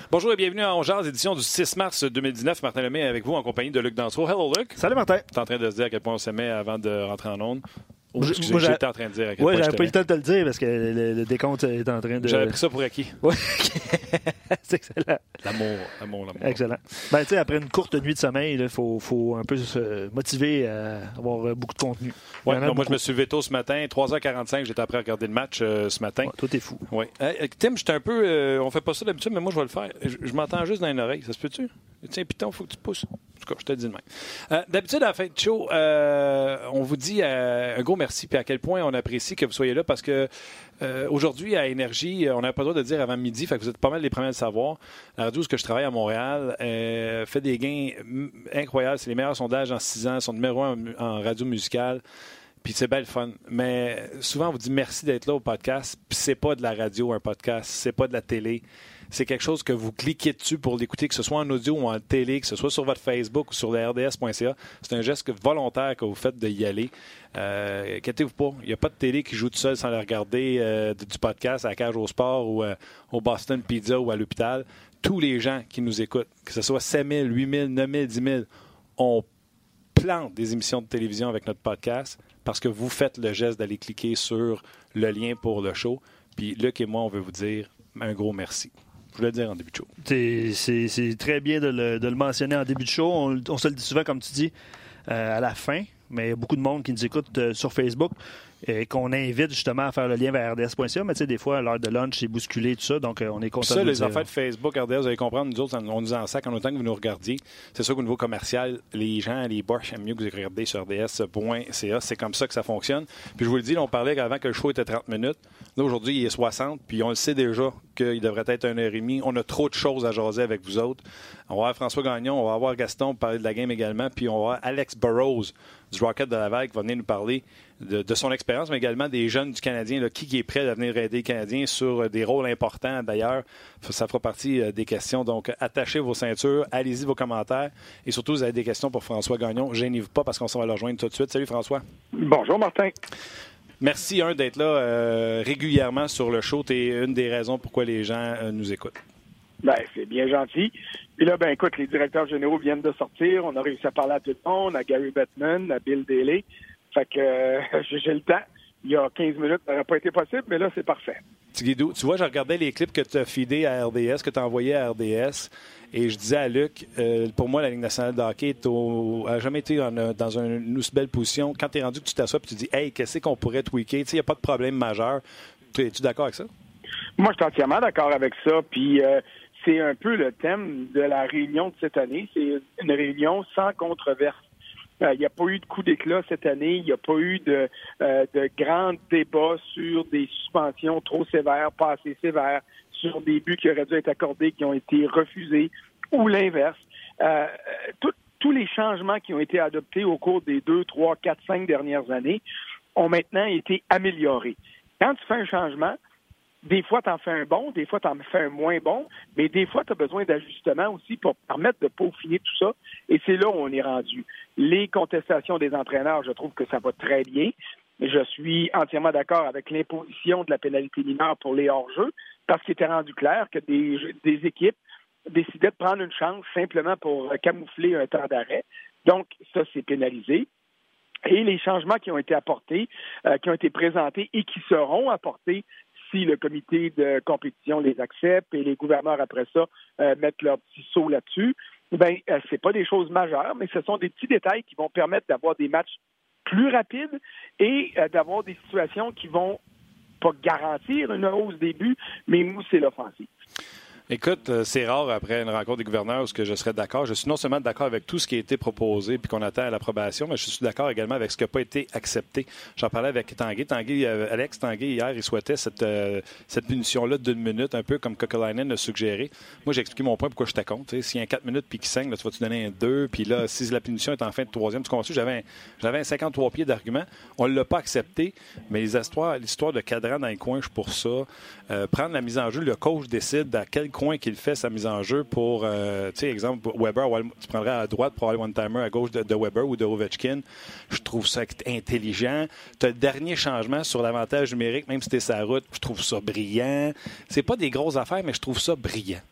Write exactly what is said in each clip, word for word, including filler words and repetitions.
Bonjour et bienvenue à On Jase, édition du six mars deux mille dix-neuf. Martin Lemay avec vous en compagnie de Luc Dansereau. Hello Luc. Salut Martin. Tu es en train de se dire à quel point on s'aimait avant de rentrer en onde. Oh, Moi, excusez, moi, j'étais en train de dire à quel ouais, point j'avais pas eu le temps de te le dire parce que le, le décompte est en train de... J'avais pris ça pour acquis. Ouais. C'est excellent. L'amour, l'amour, l'amour. Excellent. Ben, tu sais, après une courte nuit de sommeil, il faut, faut un peu se motiver à avoir beaucoup de contenu. Ouais, non, moi, je me suis levé tôt ce matin. trois heures quarante-cinq, j'étais après à regarder le match euh, ce matin. Ouais, toi, t'es fou. Oui. Euh, Tim, j'étais un peu... Euh, on fait pas ça d'habitude, mais moi, je vais le faire. Je, je m'entends juste dans une oreille. Ça se peut-tu? Tiens, Python, il faut que tu pousses. En tout cas, je te le dis de même. Euh, d'habitude, à la fin de show, euh, on vous dit euh, un gros merci puis à quel point on apprécie que vous soyez là parce que euh, aujourd'hui, à Énergie, on n'a pas le droit de dire avant midi, fait que vous êtes pas mal les premiers à le savoir. La radio où je travaille à Montréal euh, fait des gains incroyables. C'est les meilleurs sondages en six ans. Ils sont numéro un en radio musicale. Puis c'est bien le fun. Mais souvent, on vous dit merci d'être là au podcast. Puis c'est pas de la radio, un podcast. C'est pas de la télé. C'est quelque chose que vous cliquez dessus pour l'écouter, que ce soit en audio ou en télé, que ce soit sur votre Facebook ou sur le R D S point C A. C'est un geste volontaire que vous faites d'y aller. Euh, inquiétez-vous pas. Il n'y a pas de télé qui joue tout seul sans le regarder euh, du podcast à la Cage au Sport ou euh, au Boston Pizza ou à l'hôpital. Tous les gens qui nous écoutent, que ce soit sept mille, huit mille, neuf mille, dix mille, on plante des émissions de télévision avec notre podcast parce que vous faites le geste d'aller cliquer sur le lien pour le show. Puis Luc et moi, on veut vous dire un gros merci. Je voulais le dire en début de show. C'est, c'est, c'est très bien de le, de le mentionner en début de show. On, on se le dit souvent, comme tu dis, euh, à la fin. Mais il y a beaucoup de monde qui nous écoute euh, sur Facebook et qu'on invite justement à faire le lien vers R D S point C A. Mais tu sais, des fois, à l'heure de lunch, c'est bousculé, tout ça. Donc, euh, on est content ça, de les dire. affaires de Facebook, R D S, vous allez comprendre, nous autres, on nous en sac en autant que vous nous regardiez. C'est sûr qu'au niveau commercial, les gens, les boches aiment mieux que vous regardez sur R D S point C A. C'est comme ça que ça fonctionne. Puis je vous le dis, là, on parlait avant que le show était trente minutes. Là, aujourd'hui, il est soixante. Puis on le sait déjà qu'il devrait être une heure et demie. On a trop de choses à jaser avec vous autres. On va avoir François Gagnon, on va avoir Gaston pour parler de la game également. Puis on va avoir Alex Burrows du Rocket de Laval qui va venir nous parler de, de son expérience, mais également des jeunes du Canadien, là, qui, qui est prêt à venir aider les Canadiens sur des rôles importants. D'ailleurs, ça fera partie des questions. Donc, attachez vos ceintures, allez-y vos commentaires. Et surtout, vous avez des questions pour François Gagnon. Gênez-vous pas parce qu'on s'en va le rejoindre tout de suite. Salut François. Bonjour Martin. Merci, un, d'être là euh, régulièrement sur le show. Tu es une des raisons pourquoi les gens euh, nous écoutent. Ben, c'est bien gentil. Et là, ben écoute, les directeurs généraux viennent de sortir. On a réussi à parler à tout le monde, à Gary Bettman, à Bill Daly. Fait que euh, j'ai le temps. Il y a quinze minutes, ça n'aurait pas été possible, mais là, c'est parfait. Guido, tu vois, je regardais les clips que tu as feedés à R D S, que tu as envoyés à R D S, et je disais à Luc, euh, pour moi, la Ligue nationale de hockey n'a jamais été en, dans une, une aussi belle position. Quand tu es rendu que tu t'assois et tu dis « Hey, qu'est-ce qu'on pourrait tweaker? » Il n'y a pas de problème majeur. Es-tu d'accord avec ça? Moi, je suis entièrement d'accord avec ça. Puis euh, c'est un peu le thème de la réunion de cette année. C'est une réunion sans controverse. Il n'y euh, a pas eu de coup d'éclat cette année. Il n'y a pas eu de, euh, de grands débats sur des suspensions trop sévères, pas assez sévères, sur des buts qui auraient dû être accordés, qui ont été refusés, ou l'inverse. Euh, tout, tous les changements qui ont été adoptés au cours des deux, trois, quatre, cinq dernières années ont maintenant été améliorés. Quand tu fais un changement, des fois, tu en fais un bon, des fois, tu en fais un moins bon, mais des fois, tu as besoin d'ajustements aussi pour permettre de peaufiner tout ça. Et c'est là où on est rendu. Les contestations des entraîneurs, je trouve que ça va très bien. Je suis entièrement d'accord avec l'imposition de la pénalité mineure pour les hors-jeux, parce qu'il était rendu clair que des, des équipes décidaient de prendre une chance simplement pour camoufler un temps d'arrêt. Donc, ça, c'est pénalisé. Et les changements qui ont été apportés, euh, qui ont été présentés et qui seront apportés si le comité de compétition les accepte et les gouverneurs, après ça, euh, mettent leur petit saut là-dessus, bien, euh, c'est pas des choses majeures, mais ce sont des petits détails qui vont permettre d'avoir des matchs plus rapides et euh, d'avoir des situations qui vont pas garantir une hausse des buts, mais mousser l'offensive. Écoute, c'est rare après une rencontre des gouverneurs où je serais d'accord. Je suis non seulement d'accord avec tout ce qui a été proposé puis qu'on attend à l'approbation, mais je suis d'accord également avec ce qui n'a pas été accepté. J'en parlais avec Tanguay. Tanguay, Alex Tanguay, hier, il souhaitait cette, euh, cette punition-là d'une minute, un peu comme Kokolainen a suggéré. Moi, j'ai expliqué mon point pourquoi j'étais contre. S'il y a un quatre minutes puis qu'il saigne, là, tu vas-tu donner un deux? Puis là, si la punition est en fin de troisième, tu comprends? J'avais un, j'avais un cinquante-trois pieds d'argument. On ne l'a pas accepté, mais les histoires, l'histoire de cadran dans les coins, je suis pour ça. Euh, prendre la mise en jeu, le coach décide à quel coin qu'il fait sa mise en jeu pour, euh, tu sais, exemple, Weber, tu prendrais à droite pour aller one-timer, à gauche de, de Weber ou de Ovechkin. Je trouve ça intelligent. Tu as le dernier changement sur l'avantage numérique, même si tu es sur la route, je trouve ça brillant. C'est pas des grosses affaires, mais je trouve ça brillant.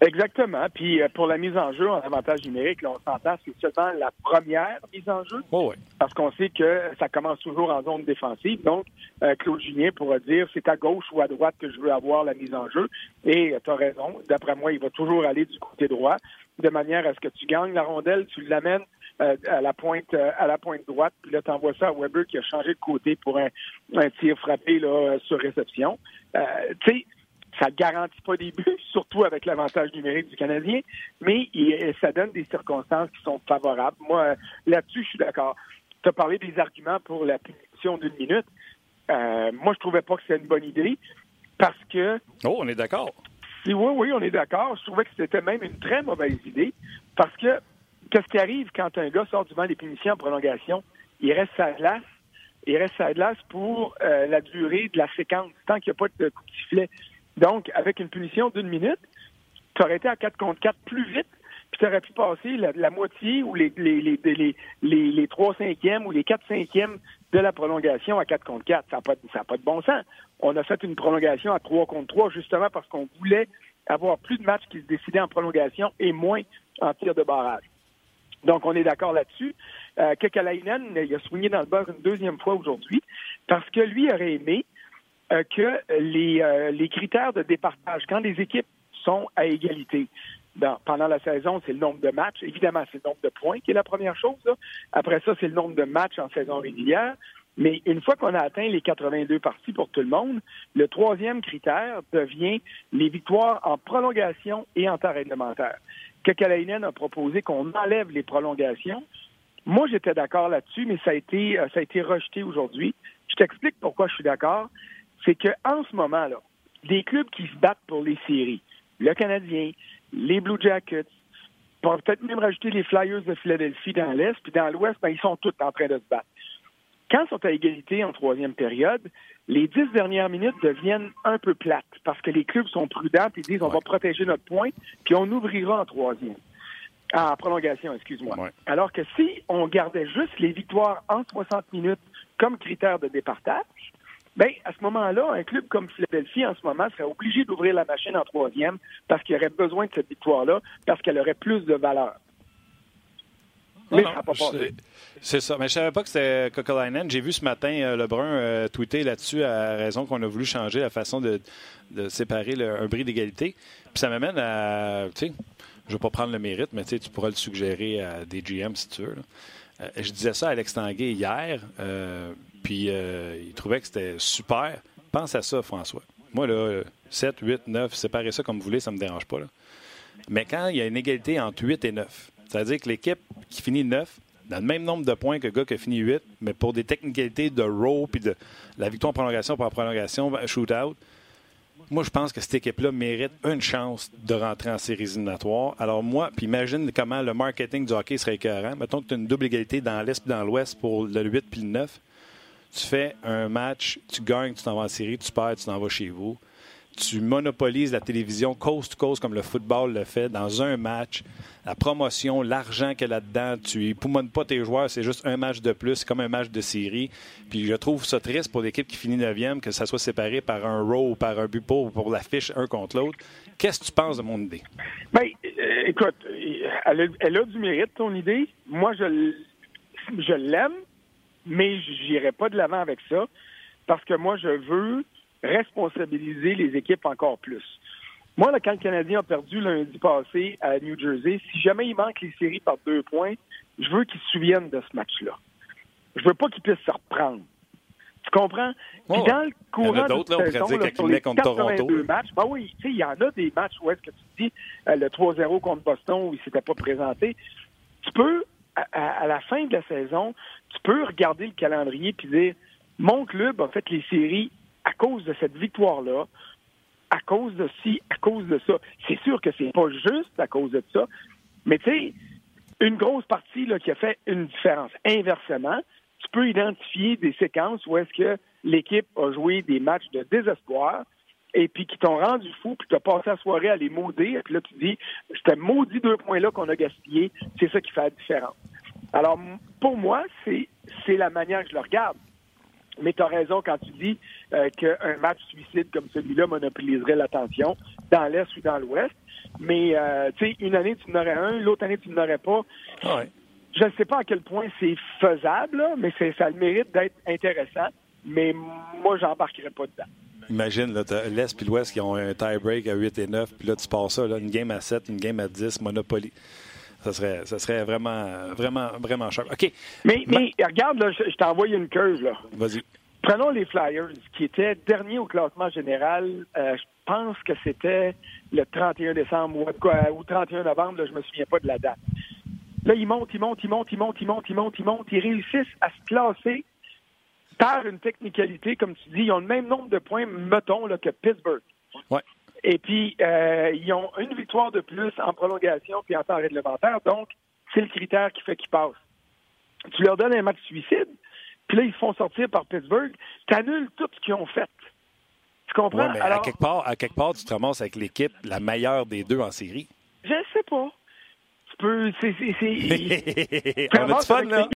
Exactement. Puis euh, pour la mise en jeu en avantage numérique, là, on s'entend, c'est seulement la première mise en jeu. Oh oui. Parce qu'on sait que ça commence toujours en zone défensive. Donc, euh, Claude Julien pourra dire c'est à gauche ou à droite que je veux avoir la mise en jeu. Et euh, tu as raison. D'après moi, il va toujours aller du côté droit, de manière à ce que tu gagnes la rondelle, tu l'amènes euh, à la pointe euh, à la pointe droite, puis là, tu envoies ça à Weber qui a changé de côté pour un, un tir frappé là, sur réception. Euh, tu sais, ça ne garantit pas des buts, surtout avec l'avantage numérique du Canadien, mais il, ça donne des circonstances qui sont favorables. Moi, là-dessus, je suis d'accord. Tu as parlé des arguments pour la punition d'une minute. Euh, moi, je trouvais pas que c'était une bonne idée parce que... Oh, on est d'accord. Si, oui, oui, on est d'accord. Je trouvais que c'était même une très mauvaise idée parce que qu'est-ce qui arrive quand un gars sort du banc des punitions en prolongation? Il reste sa glace. Il reste sa glace pour euh, la durée de la séquence, tant qu'il n'y a pas de coup de sifflet. Donc, avec une punition d'une minute, tu aurais été à quatre contre quatre plus vite, puis tu aurais pu passer la, la moitié ou les, les, les, les, les, les trois cinquièmes ou les quatre cinquièmes de la prolongation à quatre contre quatre. Ça n'a pas, ça n'a pas de bon sens. On a fait une prolongation à trois contre trois justement parce qu'on voulait avoir plus de matchs qui se décidaient en prolongation et moins en tir de barrage. Donc, on est d'accord là-dessus. Euh, Kekalainen, il a swingé dans le beurre une deuxième fois aujourd'hui parce que lui aurait aimé Euh, que les, euh, les critères de départage, quand les équipes sont à égalité dans, pendant la saison, c'est le nombre de matchs. Évidemment, c'est le nombre de points qui est la première chose. Là. Après ça, c'est le nombre de matchs en saison régulière. Mais une fois qu'on a atteint les quatre-vingt-deux parties pour tout le monde, le troisième critère devient les victoires en prolongation et en temps réglementaire. Kekalainen a proposé qu'on enlève les prolongations. Moi, j'étais d'accord là-dessus, mais ça a été, ça a été rejeté aujourd'hui. Je t'explique pourquoi je suis d'accord. C'est qu'en ce moment-là, des clubs qui se battent pour les séries, le Canadien, les Blue Jackets, pour peut-être même rajouter les Flyers de Philadelphie dans l'Est, puis dans l'Ouest, ben, ils sont tous en train de se battre. Quand ils sont à égalité en troisième période, les dix dernières minutes deviennent un peu plates parce que les clubs sont prudents et disent on va protéger notre point, puis on ouvrira en troisième. Ah, en prolongation, excuse-moi. Ouais. Alors que si on gardait juste les victoires en soixante minutes comme critère de départage, bien, à ce moment-là, un club comme Philadelphie, en ce moment, serait obligé d'ouvrir la machine en troisième parce qu'il aurait besoin de cette victoire-là, parce qu'elle aurait plus de valeur. Mais non, ça n'a pas passé. C'est ça. Mais je ne savais pas que c'était Kekalainen. J'ai vu ce matin euh, Lebrun euh, tweeter là-dessus à raison qu'on a voulu changer la façon de, de séparer le, un bris d'égalité. Puis ça m'amène à... Tu sais, je ne vais pas prendre le mérite, mais tu pourras le suggérer à des G M si tu veux. Euh, je disais ça à Alex Tanguay hier, euh, puis euh, il trouvait que c'était super. Pense à ça, François. Moi, là, sept, huit, neuf, séparez ça comme vous voulez, ça ne me dérange pas. Là. Mais quand il y a une égalité entre huit et neuf, c'est-à-dire que l'équipe qui finit neuf, dans le même nombre de points que le gars qui a fini huit, mais pour des technicalités de row puis de la victoire en prolongation par prolongation, shootout, moi, je pense que cette équipe-là mérite une chance de rentrer en séries éliminatoires. Alors moi, puis imagine comment le marketing du hockey serait écœurant. Mettons que tu as une double égalité dans l'Est et dans l'Ouest pour le huit puis le neuf. Tu fais un match, tu gagnes, tu t'en vas en série, tu perds, tu t'en vas chez vous. Tu monopolises la télévision coast to coast comme le football le fait dans un match. La promotion, l'argent qu'il y a là-dedans, tu époumones pas tes joueurs, c'est juste un match de plus, c'est comme un match de série. Puis je trouve ça triste pour l'équipe qui finit neuvième, que ça soit séparé par un row ou par un but pour, pour la fiche un contre l'autre. Qu'est-ce que tu penses de mon idée? Bien, euh, écoute, elle a, elle a du mérite, ton idée. Moi, je, je l'aime, mais je n'irai pas de l'avant avec ça parce que moi, je veux responsabiliser les équipes encore plus. Moi, là, quand le Canadien a perdu lundi passé à New Jersey, si jamais il manque les séries par deux points, je veux qu'ils se souviennent de ce match-là. Je veux pas qu'ils puissent se reprendre. Tu comprends? Oh, Puis dans le courant il y en a d'autres, là, on pourrait dire, quand il met contre Toronto. Matchs, ben oui, tu sais, il y en a des matchs où est-ce que tu te dis euh, le trois zéro contre Boston où il s'était pas présenté. Tu peux, à, à, à la fin de la saison, tu peux regarder le calendrier puis dire mon club a fait les séries à cause de cette victoire-là, à cause de ci, à cause de ça. C'est sûr que c'est pas juste à cause de ça, mais tu sais, une grosse partie là, qui a fait une différence. Inversement, tu peux identifier des séquences où est-ce que l'équipe a joué des matchs de désespoir et puis qui t'ont rendu fou, puis tu as passé la soirée à les maudire, puis là tu dis, c'était maudit deux points-là qu'on a gaspillé, c'est ça qui fait la différence. Alors, pour moi, c'est, c'est la manière que je le regarde. Mais tu as raison quand tu dis euh, qu'un match suicide comme celui-là monopoliserait l'attention dans l'Est ou dans l'Ouest. Mais, euh, tu sais, une année, tu n'en aurais un, l'autre année, tu n'en aurais pas. Ouais. Je ne sais pas à quel point c'est faisable, là, mais c'est, ça a le mérite d'être intéressant. Mais moi, j'embarquerais pas dedans. Imagine, là, t'as l'Est et l'Ouest qui ont un tie-break à huit et neuf, puis là, tu passes ça, là, une game à sept, une game à dix, Monopoly. Ça serait, ça serait vraiment, vraiment, vraiment cher. OK. Mais, mais regarde, là, je, je t'ai envoyé une curve, là. Vas-y. Prenons les Flyers, qui étaient derniers au classement général. Euh, je pense que c'était le trente et un décembre ou, quoi, ou trente et un novembre, là, je me souviens pas de la date. Là, ils montent, ils montent, ils montent, ils montent, ils montent, ils montent, ils montent. Ils réussissent à se classer par une technicalité, comme tu dis. Ils ont le même nombre de points, mettons, là, que Pittsburgh. Ouais. Et puis, euh, ils ont une victoire de plus en prolongation puis en temps réglementaire. Donc, c'est le critère qui fait qu'ils passent. Tu leur donnes un match suicide, puis là, ils se font sortir par Pittsburgh. Tu annules tout ce qu'ils ont fait. Tu comprends? Ouais, mais Alors, à, quelque part, à quelque part, tu te ramasses avec l'équipe la meilleure des deux en série. Je sais pas. Tu peux... C'est, c'est, c'est... On a du fun, là?